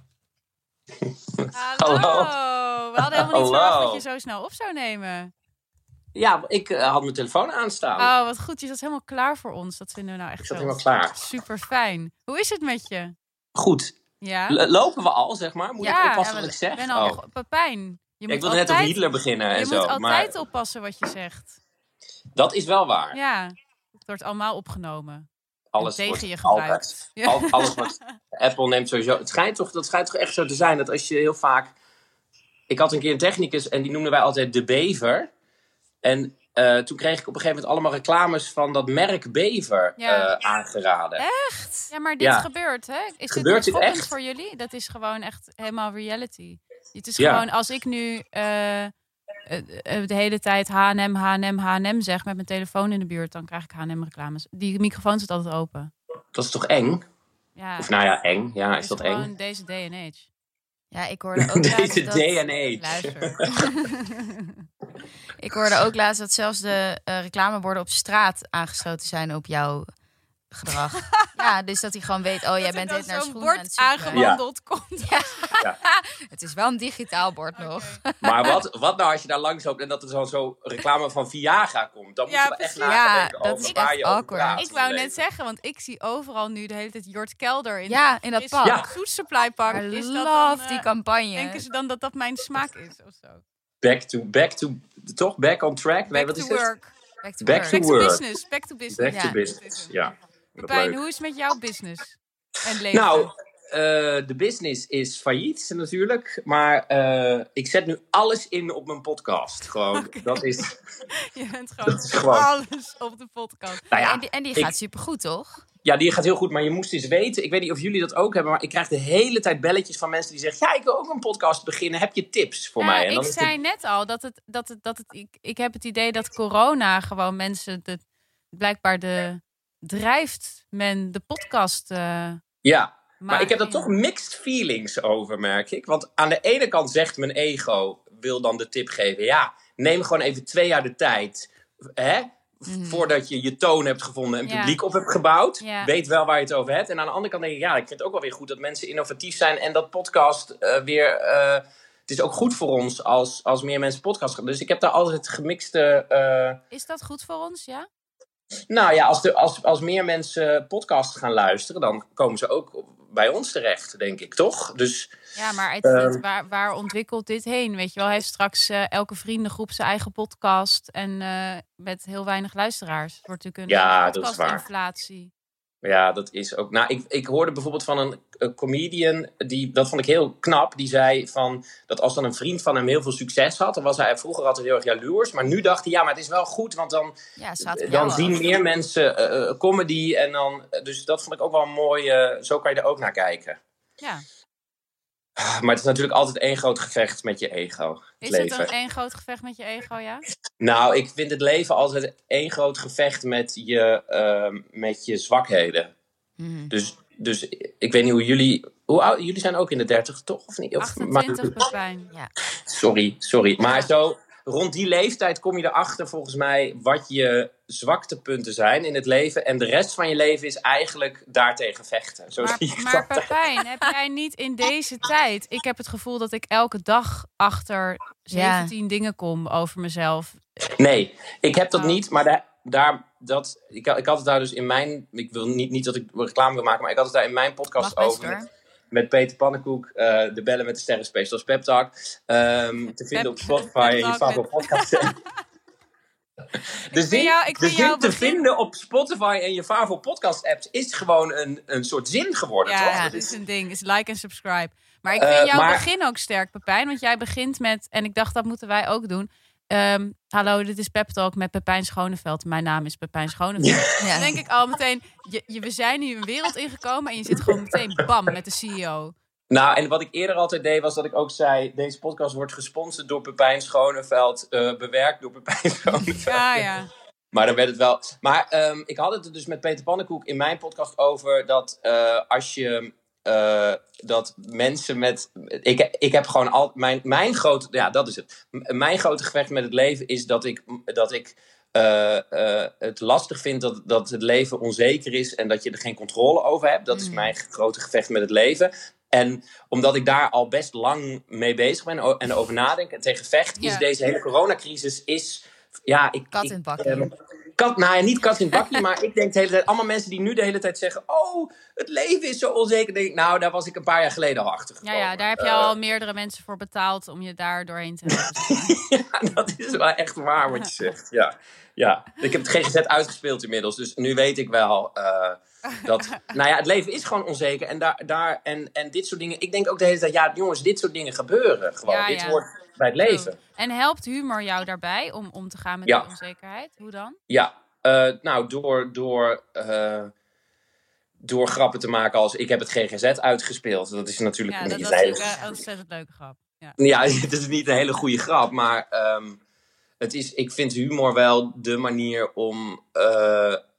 Hallo. Hallo. We hadden helemaal niet Hallo. verwacht dat je zo snel op zou nemen. Ja, ik uh, had mijn telefoon aanstaan. Oh, wat goed. Je zat helemaal klaar voor ons. Dat vinden we nou echt ik zat zo helemaal klaar. super fijn. Hoe is het met je? Goed. Ja? L- lopen we al, zeg maar? Moet ja, ik oppassen ja, wat ik zeg? Ik ben al oh. Pepijn. Je Ja, moet ik wilde altijd, net over Hitler beginnen en je zo. moet altijd maar oppassen wat je zegt. dat is wel waar. Ja, het wordt allemaal opgenomen. Alles tegen wordt je gebruikt. altijd. Al, alles wordt. Apple neemt sowieso. Het schijnt toch, dat schijnt toch echt zo te zijn dat als je heel vaak. Ik had een keer een technicus en die noemden wij altijd de bever. En uh, toen kreeg ik op een gegeven moment allemaal reclames van dat merk Bever ja. uh, aangeraden. Echt? Ja, maar dit ja. gebeurt, hè? Is gebeurt dit dit echt echt? voor jullie? Dat is gewoon echt helemaal reality. Het is ja. gewoon, als ik nu uh, uh, de hele tijd H en M, H en M, H en M zeg met mijn telefoon in de buurt, dan krijg ik H en M reclames. Die microfoon zit altijd open. Dat is toch eng? Ja, Of nou ja, eng. Ja, het is dat gewoon eng? deze day and age. Ja, ik hoorde ook laatst Deze dat... day and age. Luister. Ik hoorde ook laatst dat zelfs de uh, reclameborden op straat aangesloten zijn op jouw gedrag. Ja, dus dat hij gewoon weet, oh, jij bent dit naar schoenen aan het zoeken. aangewandeld ja. komt. Ja. Ja. Het is wel een digitaal bord okay. nog. Maar wat, wat nou als je daar langs loopt en dat er dan zo reclame van Viagra komt? Dan ja, moet je wel echt ja, nadenken dat over is waar echt je over awkward. praat. Ik wou net zeggen, want ik zie overal nu de hele tijd Jort Kelder in, ja, in dat pak. Ja. Food Supply pak. I is love dat dan, uh, die campagne. Denken ze dan dat dat mijn smaak is of zo? Back to, back to, toch? Back on track? Back nee, wat to is work. Back to Back work. to Back work. to business. Back to business. Back to Ja. business, ja. Pepijn, hoe is het met jouw business en leven? Nou, uh, de business is failliet natuurlijk. Maar uh, ik zet nu alles in op mijn podcast. Gewoon, okay. dat is... Je bent gewoon, dat is gewoon alles op de podcast. Nou ja, en die, en die ik, gaat supergoed, toch? Ja, die gaat heel goed. Maar je moest eens weten, ik weet niet of jullie dat ook hebben, maar ik krijg de hele tijd belletjes van mensen die zeggen, ja, ik wil ook een podcast beginnen. Heb je tips voor ja, mij? En dan ik is zei het... net al dat het, dat het, dat het ik, ik heb het idee dat corona gewoon mensen, de, blijkbaar de, drijft men de podcast uh, Ja, maar maken. ik heb er toch mixed feelings over, merk ik. Want aan de ene kant zegt mijn ego, wil dan de tip geven, ja, neem gewoon even twee jaar de tijd, hè? Mm. Voordat je je toon hebt gevonden en publiek ja. op hebt gebouwd. Ja. Weet wel waar je het over hebt. En aan de andere kant denk ik, ja, ik vind het ook wel weer goed dat mensen innovatief zijn. En dat podcast uh, weer... Uh, het is ook goed voor ons als, als meer mensen podcast gaan. Dus ik heb daar altijd gemixte... Uh... Is dat goed voor ons, ja? Nou ja, als, de, als, als meer mensen podcast gaan luisteren, dan komen ze ook bij ons terecht, denk ik, toch? Dus, ja, maar het, uh, het, waar, waar ontwikkelt dit heen? Weet je wel, heeft straks uh, elke vriendengroep zijn eigen podcast en uh, met heel weinig luisteraars. Het wordt natuurlijk een ja, podcast-inflatie. Ja, dat is ook... Nou, ik, ik hoorde bijvoorbeeld van een, een comedian, die, dat vond ik heel knap, die zei van, dat als dan een vriend van hem heel veel succes had, dan was hij vroeger altijd heel erg jaloers, maar nu dacht hij, ja, maar het is wel goed, want dan, ja, dan zien af. meer mensen uh, comedy en dan... Dus dat vond ik ook wel mooi, uh, zo kan je er ook naar kijken. Ja. Maar het is natuurlijk altijd één groot gevecht met je ego. Het is leven. het een één groot gevecht met je ego, ja? Nou, ik vind het leven altijd één groot gevecht met je, uh, met je zwakheden. Mm. Dus, dus ik weet niet hoe jullie... Hoe oud, jullie zijn ook in de dertig, toch? Of niet? Of, achtentwintig, Pepijn. Ja. Sorry, sorry. Maar zo rond die leeftijd kom je erachter volgens mij wat je zwaktepunten zijn in het leven. En de rest van je leven is eigenlijk daartegen vechten. Zo maar zie maar Pepijn, heb jij niet in deze tijd... Ik heb het gevoel dat ik elke dag achter zeventien ja. dingen kom over mezelf. Nee, ik heb dat oh. niet. Maar daar, daar, dat, ik, ik had het daar dus in mijn... Ik wil niet, niet dat ik reclame wil maken, maar ik had het daar in mijn podcast Mag over... Met, met Peter Pannenkoek, uh, de Bellen met de Sterren Specials Pep Talk. Um, te vinden Pep, op Spotify en je favoriete podcast. De zin, jou, de zin te begin... vinden op Spotify en je favoriete podcast apps is gewoon een, een soort zin geworden, ja, toch? Ja, dat is een ding. Is like en subscribe. Maar ik vind uh, jouw maar... begin ook sterk, Pepijn. Want jij begint met, en ik dacht dat moeten wij ook doen... Um, hallo, dit is Pep Talk met Pepijn Schoneveld. Mijn naam is Pepijn Schoneveld. Ja. Dan denk ik al meteen, je, je, we zijn nu een wereld ingekomen en je zit gewoon meteen bam met de C E O. Nou, en wat ik eerder altijd deed was dat ik ook zei, deze podcast wordt gesponsord door Pepijn Schoneveld, uh, bewerkt door Pepijn Schoneveld. Ja, ja. Maar dan werd het wel... Maar um, ik had het er dus met Peter Pannenkoek in mijn podcast over dat uh, als je... Uh, dat mensen met... Ik, ik heb gewoon al... Mijn, mijn grote... Ja, dat is het. M- mijn grote gevecht met het leven is dat ik... Dat ik uh, uh, het lastig vind dat, dat het leven onzeker is en dat je er geen controle over hebt. Dat is mijn grote gevecht met het leven. En omdat ik daar al best lang mee bezig ben en over nadenk en tegen vecht, ja. is deze hele coronacrisis... is ja, ik, kat in het bakje. Um, kat, nou ja, niet kat in het bakje, maar ik denk de hele tijd... Allemaal mensen die nu de hele tijd zeggen... Oh, het leven is zo onzeker. Denk ik, nou, daar was ik een paar jaar geleden al achter gekomen. Ja, ja, daar heb je uh, al meerdere mensen voor betaald om je daar doorheen te helpen. Ja, dat is wel echt waar wat je zegt. Ja, ja. Ik heb het G G Z uitgespeeld inmiddels. Dus nu weet ik wel uh, dat... Nou ja, het leven is gewoon onzeker. En, daar, daar, en, en dit soort dingen... Ik denk ook de hele tijd... Ja, jongens, dit soort dingen gebeuren gewoon. Ja, dit ja. hoort bij het leven. En helpt humor jou daarbij om om te gaan met ja. die onzekerheid? Hoe dan? Ja, uh, nou, door... door uh, Door grappen te maken als ik heb het G G Z uitgespeeld. Dat is natuurlijk ja, niet dat een hele... hele... een ontzettend leuke grap. Ja, ja het is niet een hele goede grap. Maar um, het is, ik vind humor wel de manier om, uh,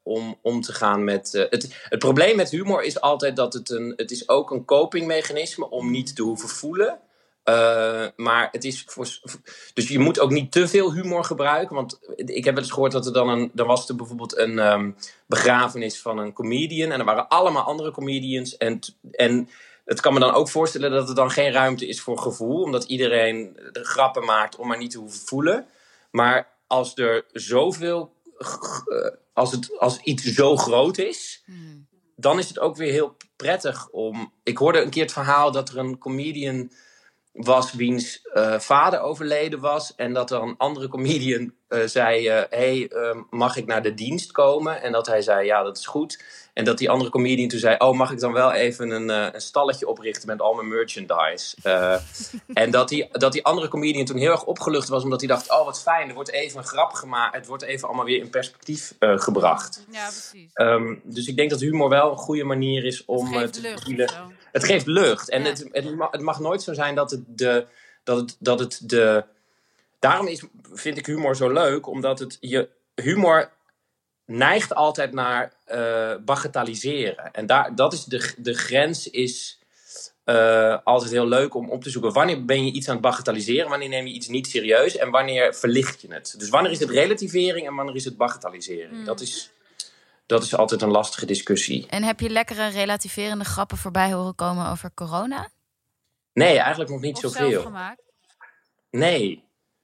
om om te gaan met... Uh, het, het probleem met humor is altijd dat het een... Het is ook een copingmechanisme om niet te hoeven voelen. Uh, maar het is... Voor, dus je moet ook niet te veel humor gebruiken. Want ik heb wel eens gehoord dat er dan een... Dan was er bijvoorbeeld een um, begrafenis van een comedian. En er waren allemaal andere comedians. En... en het kan me dan ook voorstellen dat er dan geen ruimte is voor gevoel. Omdat iedereen grappen maakt om maar niet te hoeven voelen. Maar als er zoveel... Als, het, als iets zo groot is... Hmm. Dan is het ook weer heel prettig om... Ik hoorde een keer het verhaal dat er een comedian was... wiens uh, vader overleden was. En dat er een andere comedian uh, zei... Uh, hey, uh, mag ik naar de dienst komen? En dat hij zei, ja, dat is goed... En dat die andere comedian toen zei... oh, mag ik dan wel even een, uh, een stalletje oprichten met al mijn merchandise? Uh, en dat die, dat die andere comedian toen heel erg opgelucht was... omdat hij dacht, oh, wat fijn, er wordt even een grap gemaakt... het wordt even allemaal weer in perspectief uh, gebracht. Ja, precies. Um, dus ik denk dat humor wel een goede manier is om... Het geeft te lucht. Vielen. Het geeft lucht. En ja. het, het, mag, het mag nooit zo zijn dat het de... Dat het, dat het de daarom is, vind ik humor zo leuk... omdat het je humor... neigt altijd naar uh, bagatelliseren. En daar, dat is de, de grens is uh, altijd heel leuk om op te zoeken. Wanneer ben je iets aan het bagatelliseren? Wanneer neem je iets niet serieus? En wanneer verlicht je het? Dus wanneer is het relativering en wanneer is het bagatellisering? Mm. Dat is, dat is altijd een lastige discussie. En heb je lekkere relativerende grappen voorbij horen komen over corona? Nee, eigenlijk nog niet of zoveel. Zelf gemaakt? Nee.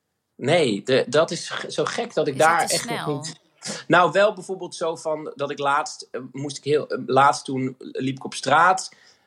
Nee, de, dat is zo gek dat ik is daar dat echt snel? nog niet... Nou, wel bijvoorbeeld zo van dat ik laatst uh, moest ik heel uh, laatst toen liep ik op straat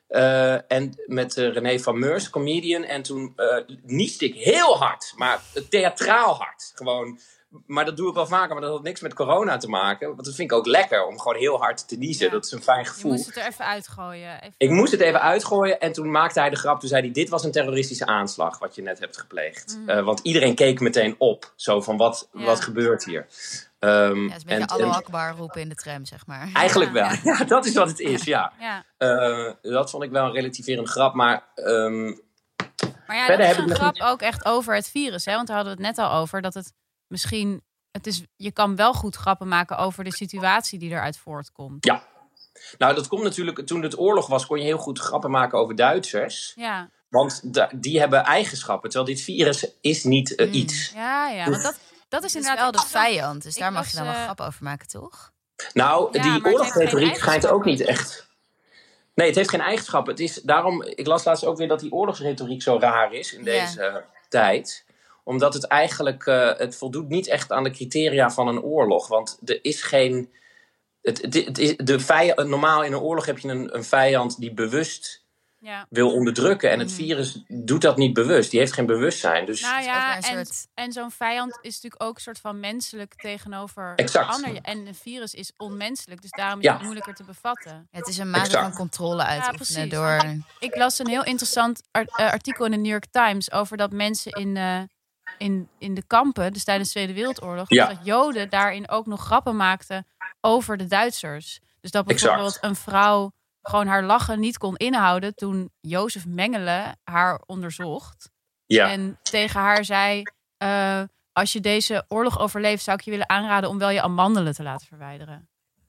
uh, en met uh, René van Meurs, comedian, en toen uh, nieste ik heel hard, maar theatraal hard, gewoon. Maar dat doe ik wel vaker, maar dat had niks met corona te maken. Want dat vind ik ook lekker om gewoon heel hard te niezen. Ja. Dat is een fijn gevoel. Je moest het er even uitgooien. Even... Ik moest het even uitgooien en toen maakte hij de grap. Toen zei hij, dit was een terroristische aanslag wat je net hebt gepleegd. Mm. Uh, want iedereen keek meteen op. Zo van, wat, ja. wat gebeurt hier? Um, ja, het is een beetje Allahu Akbar roepen in de tram, zeg maar. Eigenlijk ja. wel. Ja, dat is wat het is, ja. ja. Uh, dat vond ik wel een relativerende grap. Maar, um, maar ja, dat is een grap ook echt over het virus. Hè? Want daar hadden we het net al over. Dat het misschien... Het is, je kan wel goed grappen maken over de situatie die eruit voortkomt. Ja. Nou, dat komt natuurlijk... Toen het oorlog was, kon je heel goed grappen maken over Duitsers. Ja. Want da, die hebben eigenschappen. Terwijl dit virus is niet uh, mm. iets. Ja, ja. Want dat, dat is inderdaad wel de vijand. Dus daar mag was, je dan wel uh, grap over maken, toch? Nou, ja, die oorlogsretoriek schijnt ook niet echt... Nee, het heeft geen eigenschappen. Het is daarom... Ik las laatst ook weer dat die oorlogsretoriek zo raar is in deze uh, tijd... Omdat het eigenlijk, uh, het voldoet niet echt aan de criteria van een oorlog. Want er is geen... Het, het, het is, de vijand, normaal in een oorlog heb je een, een vijand die bewust ja. wil onderdrukken. En het virus doet dat niet bewust. Die heeft geen bewustzijn. Dus nou ja, en, soort... en zo'n vijand is natuurlijk ook een soort van menselijk tegenover exact. ander. En een virus is onmenselijk. Dus daarom is ja. het moeilijker te bevatten. Ja, het is een mate van controle uitoefenen ja, door... Ik las een heel interessant artikel in de New York Times over dat mensen in... Uh, In, in de kampen, dus tijdens de Tweede Wereldoorlog... Ja. dat Joden daarin ook nog grappen maakten over de Duitsers. Dus dat bijvoorbeeld exact. een vrouw gewoon haar lachen niet kon inhouden... toen Jozef Mengele haar onderzocht. Ja. En tegen haar zei... Uh, als je deze oorlog overleeft, zou ik je willen aanraden... om wel je amandelen te laten verwijderen.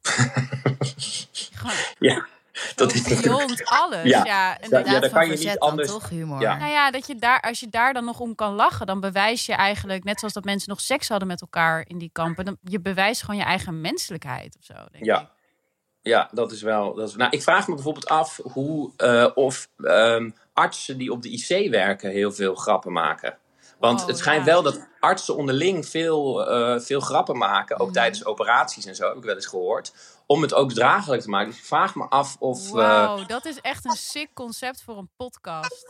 Gewoon, ja. Dat is beyond alles. Ja, ja, en ja, dat, ja daar kan je niet anders... toch humor. Ja. Nou ja, dat je daar, als je daar dan nog om kan lachen... dan bewijs je eigenlijk, net zoals dat mensen nog seks hadden met elkaar in die kampen... Dan, je bewijst gewoon je eigen menselijkheid of zo, denk ja. ik. Ja, dat is wel... Dat is, nou, ik vraag me bijvoorbeeld af hoe uh, of um, artsen die op de I C werken heel veel grappen maken. Want oh, het schijnt ja. wel dat artsen onderling veel, uh, veel grappen maken. Ook mm. tijdens operaties en zo, heb ik wel eens gehoord. Om het ook draaglijk te maken. Dus ik vraag me af of... Wauw, uh, dat is echt een sick concept voor een podcast.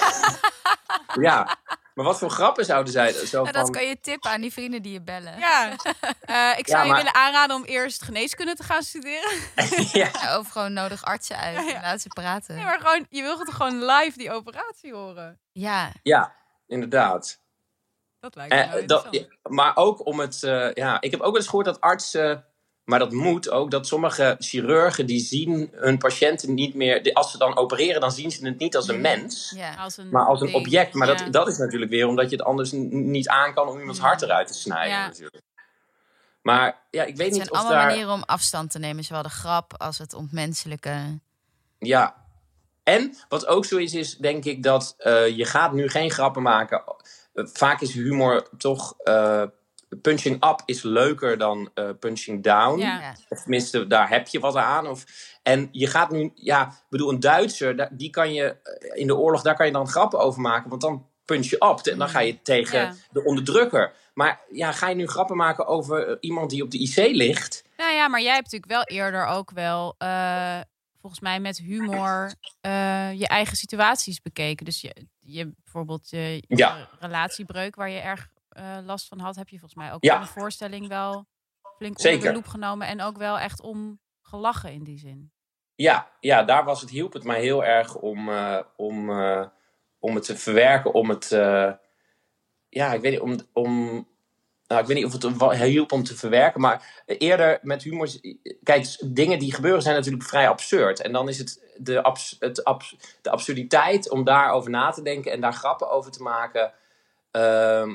ja, maar wat voor grappen zouden zij... Zo nou, van... Dat kan je tippen aan die vrienden die je bellen. Ja, uh, ik zou ja, je maar... willen aanraden om eerst geneeskunde te gaan studeren. ja. Ja, of gewoon nodig artsen uit en ja, ja. laat ze praten. Nee, maar gewoon, je wil toch gewoon live die operatie horen? Ja. Ja, inderdaad. Dat lijkt me uh, wel dat, ja, maar ook om het... Uh, ja, ik heb ook wel eens gehoord dat artsen... Uh, maar dat moet ook, dat sommige chirurgen... die zien hun patiënten niet meer... als ze dan opereren, dan zien ze het niet als een mens... Ja, als een maar als een ding. object. Maar ja. dat, dat is natuurlijk weer omdat je het anders n- niet aan kan... om iemands hart eruit te snijden. Ja. Natuurlijk. Maar ja, ik weet Het niet zijn of allemaal daar... manieren om afstand te nemen. Zowel de grap als het ontmenselijke. Ja. En wat ook zo is, is denk ik dat uh, je gaat nu geen grappen maken. Uh, vaak is humor toch... Uh, punching up is leuker dan uh, punching down. Ja. Of tenminste, daar heb je wat aan. Of, en je gaat nu... Ja, ik bedoel, een Duitser, die kan je... In de oorlog, daar kan je dan grappen over maken. Want dan punch je up. En dan ga je tegen Ja. de onderdrukker. Maar ja, ga je nu grappen maken over uh, iemand die op de I C ligt? Nou ja, maar jij hebt natuurlijk wel eerder ook wel... Uh, volgens mij met humor uh, je eigen situaties bekeken. Dus je, je bijvoorbeeld je, je Ja. relatiebreuk waar je erg uh, last van had, heb je volgens mij ook Ja. in de voorstelling wel flink Zeker. onder de loep genomen en ook wel echt om gelachen in die zin. Ja, ja, daar was het, hielp het mij heel erg om, uh, om, uh, om het te verwerken, om het... Uh, ja, ik weet niet, om... om Nou, ik weet niet of het hielp om te verwerken, maar eerder met humor... Kijk, dingen die gebeuren zijn natuurlijk vrij absurd. En dan is het de, abs, het abs, de absurditeit om daarover na te denken en daar grappen over te maken... Uh,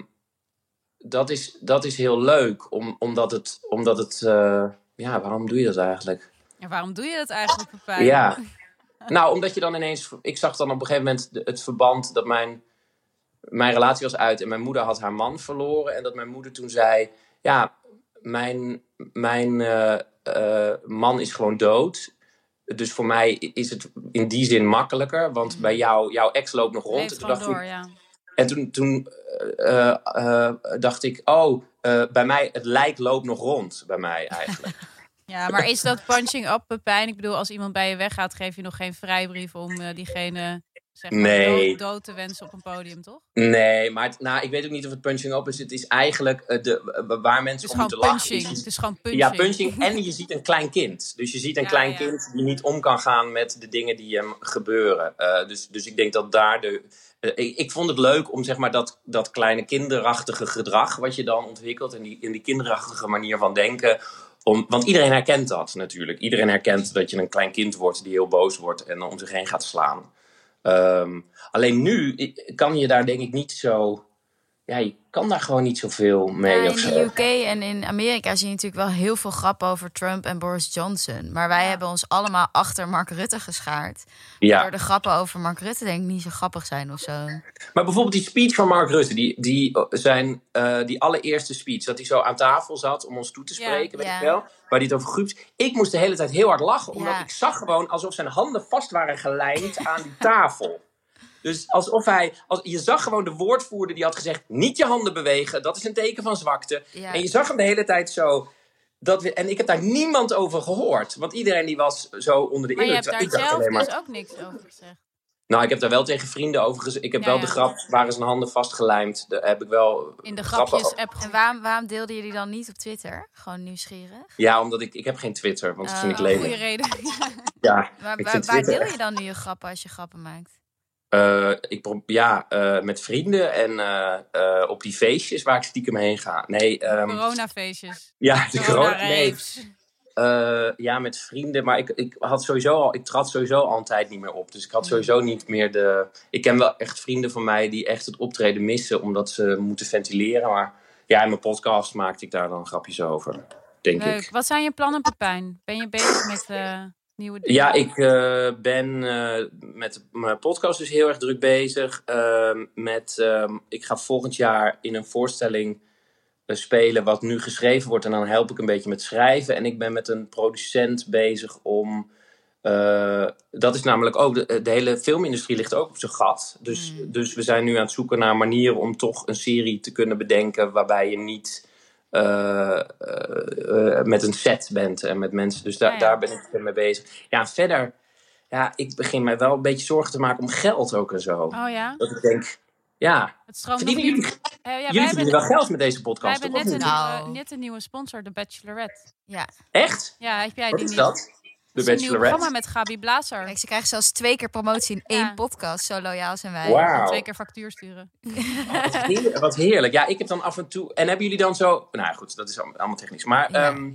dat, is, dat is heel leuk, om, omdat het... Omdat het uh, ja, waarom doe je dat eigenlijk? En waarom doe je dat eigenlijk, Pepijn? Ja, nou, omdat je dan ineens... Ik zag dan op een gegeven moment het verband dat mijn... Mijn relatie was uit en mijn moeder had haar man verloren. En dat mijn moeder toen zei... Ja, mijn, mijn uh, uh, man is gewoon dood. Dus voor mij is het in die zin makkelijker. Want bij jou, jouw ex loopt nog rond. Leeft en toen gewoon dacht door, ik, ja. En toen, toen uh, uh, dacht ik... Oh, uh, bij mij, het lijk loopt nog rond. Bij mij eigenlijk. Ja, maar is dat punching up, Pepijn? Ik bedoel, als iemand bij je weggaat, geef je nog geen vrijbrief om uh, diegene... Zeg maar, nee. dood, dood te wensen op een podium, toch? Nee, maar het, nou, ik weet ook niet of het punching up is. Het is eigenlijk uh, de, uh, waar mensen om moeten punching. lachen. Het is gewoon punching. Ja, punching. En je ziet een klein kind. Dus je ziet een ja, klein ja. kind die niet om kan gaan met de dingen die hem gebeuren. Uh, dus, dus ik denk dat daar de... Uh, ik, ik vond het leuk om zeg maar dat, dat kleine kinderachtige gedrag wat je dan ontwikkelt. En die, in die kinderachtige manier van denken... Om, want iedereen herkent dat natuurlijk. Iedereen herkent dat je een klein kind wordt die heel boos wordt en om zich heen gaat slaan. Um, alleen nu kan je daar denk ik niet zo... Ja, je kan daar gewoon niet zoveel mee. Ja, of in zo. de U K en in Amerika zie je natuurlijk wel heel veel grappen over Trump en Boris Johnson. Maar wij Ja. hebben ons allemaal achter Mark Rutte geschaard. Ja. Waardoor de grappen over Mark Rutte denk ik niet zo grappig zijn of zo. Maar bijvoorbeeld die speech van Mark Rutte, die, die, zijn, uh, die allereerste speech, dat hij zo aan tafel zat om ons toe te spreken, Ja. weet Ja. je wel, waar hij het over groeps. Ik moest de hele tijd heel hard lachen, omdat Ja. ik zag gewoon alsof zijn handen vast waren gelijmd aan die tafel. Dus alsof hij, als, je zag gewoon de woordvoerder die had gezegd, niet je handen bewegen, dat is een teken van zwakte. Ja. En je zag hem de hele tijd zo... Dat we, en ik heb daar niemand over gehoord. Want iedereen die was zo onder de Maar je indruk. hebt Ik daar dacht zelf alleen maar... dus ook niks over gezegd. Nou, ik heb daar wel tegen vrienden over gezegd. Ik heb Ja, wel ja. de grap, waren zijn handen vastgelijmd. Daar heb ik wel In de grappen over. grapjes-app. En waarom, waarom deelden jullie dan niet op Twitter? Gewoon nieuwsgierig? Ja, omdat ik... Ik heb geen Twitter, want dat Oh, vind ik oh, lelijk. Goede reden. Ja, Maar ik waar, vind waar Twitter deel echt- je dan nu je grappen als je grappen maakt? Uh, ik pro- ja, uh, met vrienden en uh, uh, op die feestjes waar ik stiekem heen ga. Nee, um, Coronafeestjes. ja, de corona. Nee, Corona-raves. uh, ja, met vrienden. Maar ik, ik had sowieso al, ik trad sowieso al een tijd niet meer op. Dus ik had sowieso niet meer de. Ik ken wel echt vrienden van mij die echt het optreden missen omdat ze moeten ventileren. Maar ja, in mijn podcast maakte ik daar dan grapjes over, denk Leuk. ik. Wat zijn je plannen, Pepijn? Ben je bezig met uh, nieuwe dingen? Ja, ik uh, ben uh, met mijn podcast dus heel erg druk bezig. Uh, met, uh, ik ga volgend jaar in een voorstelling uh, spelen wat nu geschreven wordt. En dan help ik een beetje met schrijven. En ik ben met een producent bezig om... Uh, dat is namelijk ook... De, de hele filmindustrie ligt ook op zijn gat. Dus, mm. dus we zijn nu aan het zoeken naar manieren om toch een serie te kunnen bedenken waarbij je niet... Uh, uh, uh, met een set bent en met mensen. Dus da- ja, ja. daar ben ik mee bezig. Ja, verder... Ja, ik begin mij wel een beetje zorgen te maken om geld ook en zo. Oh ja? Dat ik denk... Ja, het stroomt verdienen nog jullie... niet. Uh, ja, jullie verdienen wel geld met deze podcast, wij toch? hebben net een, Nou. nieuwe, net een nieuwe sponsor, de Bachelorette. Ja. Echt? Ja, heb jij Wat die is niet? dat? De Dat is een nieuw programma Bachelorette? met Gabi Blazer. Kijk, ze krijgen zelfs twee keer promotie in één Ja. podcast. Zo loyaal zijn wij. Wauw. Twee keer factuur sturen. Wat, heer, wat heerlijk. Ja, ik heb dan af en toe... En hebben jullie dan zo... Nou goed, dat is allemaal technisch. Maar Ja. um,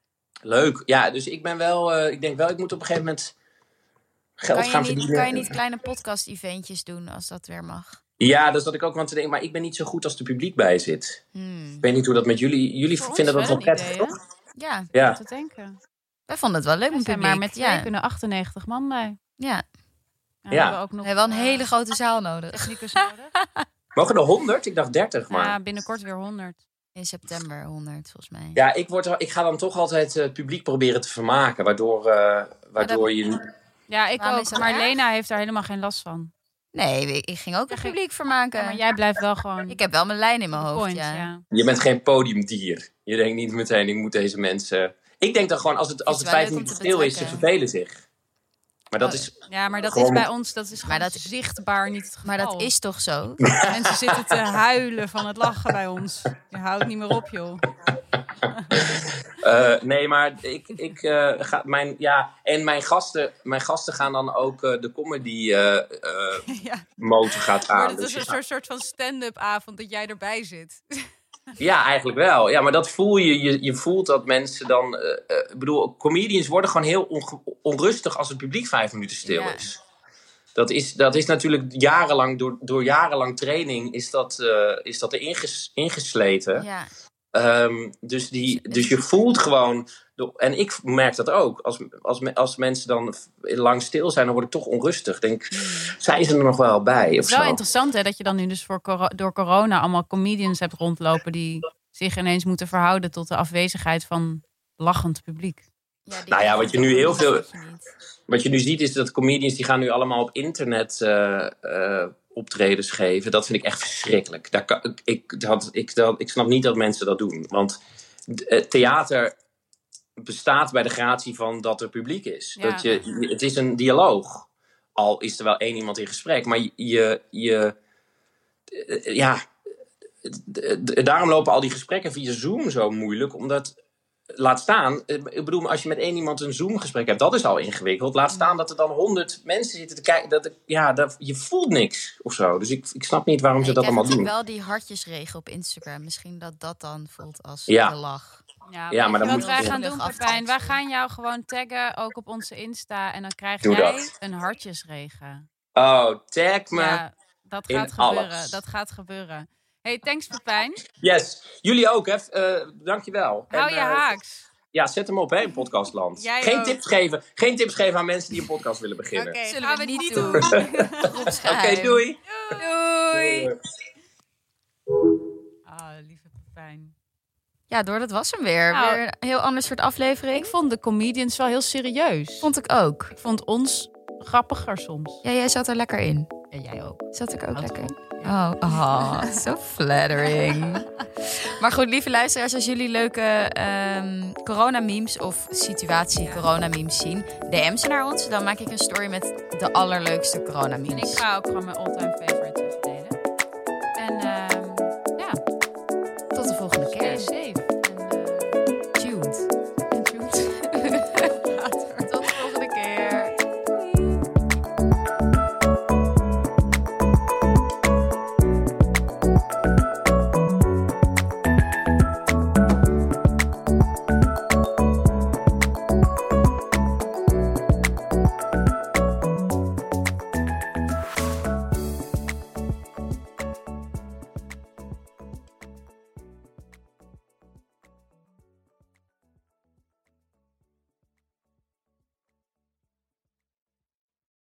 leuk. Ja, dus ik ben wel... Uh, ik denk wel, ik moet op een gegeven moment geld Kan je, gaan niet, verdienen. kan je niet kleine podcast-eventjes doen als dat weer mag? Ja, dat zat ik ook aan te denken. Maar ik ben niet zo goed als er publiek bij zit. Hmm. Ik weet niet hoe dat met jullie... Jullie Voor vinden ons dat wel wel een prettig, idee, toch? Ja, Ja. Te denken. wij vonden het wel leuk We met zijn publiek. maar met twee ja. kunnen achtennegentig man bij. Ja. Ja, Ja. We hebben ook nog We hebben wel een eh, hele grote zaal nodig. technicus nodig. Mogen er honderd? Ik dacht dertig, maar... Ja, binnenkort weer honderd. In september honderd, volgens mij. Ja, ik, word, er- ik ga dan toch altijd het publiek proberen te vermaken. Waardoor, uh, waardoor je... Ja, ik Waarom is ook. dat Maar erg? Lena heeft daar helemaal geen last van. Nee, ik ik ging ook het publiek vermaken. Ja, maar jij blijft wel gewoon... Ik heb wel mijn lijn in mijn hoofd, point, ja. ja. Je bent geen podiumdier. Je denkt niet meteen, ik moet deze mensen... Ik denk dan gewoon, als het, als Het het is wel vijf leuk om minuten te stil is, ze betrekken. vervelen zich. Maar dat Oh, is... Ja, maar dat Gewoon- is bij ons, dat is gewoon Maar dat- zichtbaar niet het geval. Maar dat is toch zo? Mensen zitten te huilen van het lachen bij ons. Je houdt niet meer op, joh. Uh, nee, maar ik, ik uh, ga mijn... Ja, en mijn gasten, mijn gasten gaan dan ook uh, de comedy uh, uh, Ja. motor gaat aan. Maar het Dus is je een gaat- soort, soort van stand-up avond dat jij erbij zit. Ja, eigenlijk wel. Ja, maar dat voel je. Je, je voelt dat mensen dan... Uh, uh, ik bedoel, comedians worden gewoon heel onge- onrustig als het publiek vijf minuten stil Ja. is. Dat is, dat is natuurlijk jarenlang, door, door jarenlang training is dat, uh, is dat er inges, ingesleten. Ja. Um, dus, die, dus je voelt gewoon... En ik merk dat ook. Als, als, als mensen dan lang stil zijn, dan word ik toch onrustig. Denk, zijn ze er nog wel bij? Het Of is wel zo? interessant hè, dat je dan nu dus voor coro- door corona allemaal comedians hebt rondlopen die zich ineens moeten verhouden tot de afwezigheid van lachend publiek. Ja, die Nou ja, wat je nu heel veel- dat je niet. Wat je nu ziet is dat comedians die gaan nu allemaal op internet uh, uh, optredens geven. Dat vind ik echt verschrikkelijk. Daar kan, ik, dat, ik, dat, ik snap niet dat mensen dat doen. Want uh, theater bestaat bij de gratie van dat er publiek is. Ja. Dat je, het is een dialoog. Al is er wel één iemand in gesprek. Maar je... je, je uh, ja, daarom lopen al die gesprekken via Zoom zo moeilijk. Omdat... Laat staan, ik bedoel, als je met één iemand een Zoom-gesprek hebt, dat is al ingewikkeld. Laat staan dat er dan honderd mensen zitten te kijken. Dat, ja, dat, je voelt niks of zo. Dus ik, ik snap niet waarom ze Ik dat heb allemaal doen. natuurlijk wel die hartjesregel op Instagram. Misschien dat dat dan voelt als Ja. de lach. Ja, Ja, maar weet dan je wat moet- wij gaan Ja. doen, Pepijn? Wij gaan jou gewoon taggen, ook op onze Insta. En dan krijg Doe jij dat. een hartjesregen. Oh, tag me. Ja, dat in gaat gebeuren. alles. Dat gaat gebeuren. Hey, thanks Pepijn. Yes, jullie ook, hè. Uh, dankjewel. Hou En, je uh, haaks. Ja, zet hem op, hè, in podcastland. Jij Geen ook. tips, geven, geen tips geven aan mensen die een podcast willen beginnen. Oké, Oké, Zullen gaan we we niet niet doen. doen. Op schuim. doei. Doei. Ah, lieve Pepijn. Ja, door, dat was hem weer. Nou, weer een heel ander soort aflevering. Ik vond de comedians wel heel serieus. Vond ik ook. Ik vond ons grappiger soms. Ja, jij zat er lekker in. En jij ook. Zat ik ook Dat lekker in? ook, Oh, oh so flattering. Maar goed, lieve luisteraars, als jullie leuke um, corona-memes of situatie-corona-memes zien, D M ze naar ons. Dan maak ik een story met de allerleukste En corona-memes. ik ga ook gewoon mijn all-time favorites even delen. En um, ja, Tot de volgende stay keer. safe.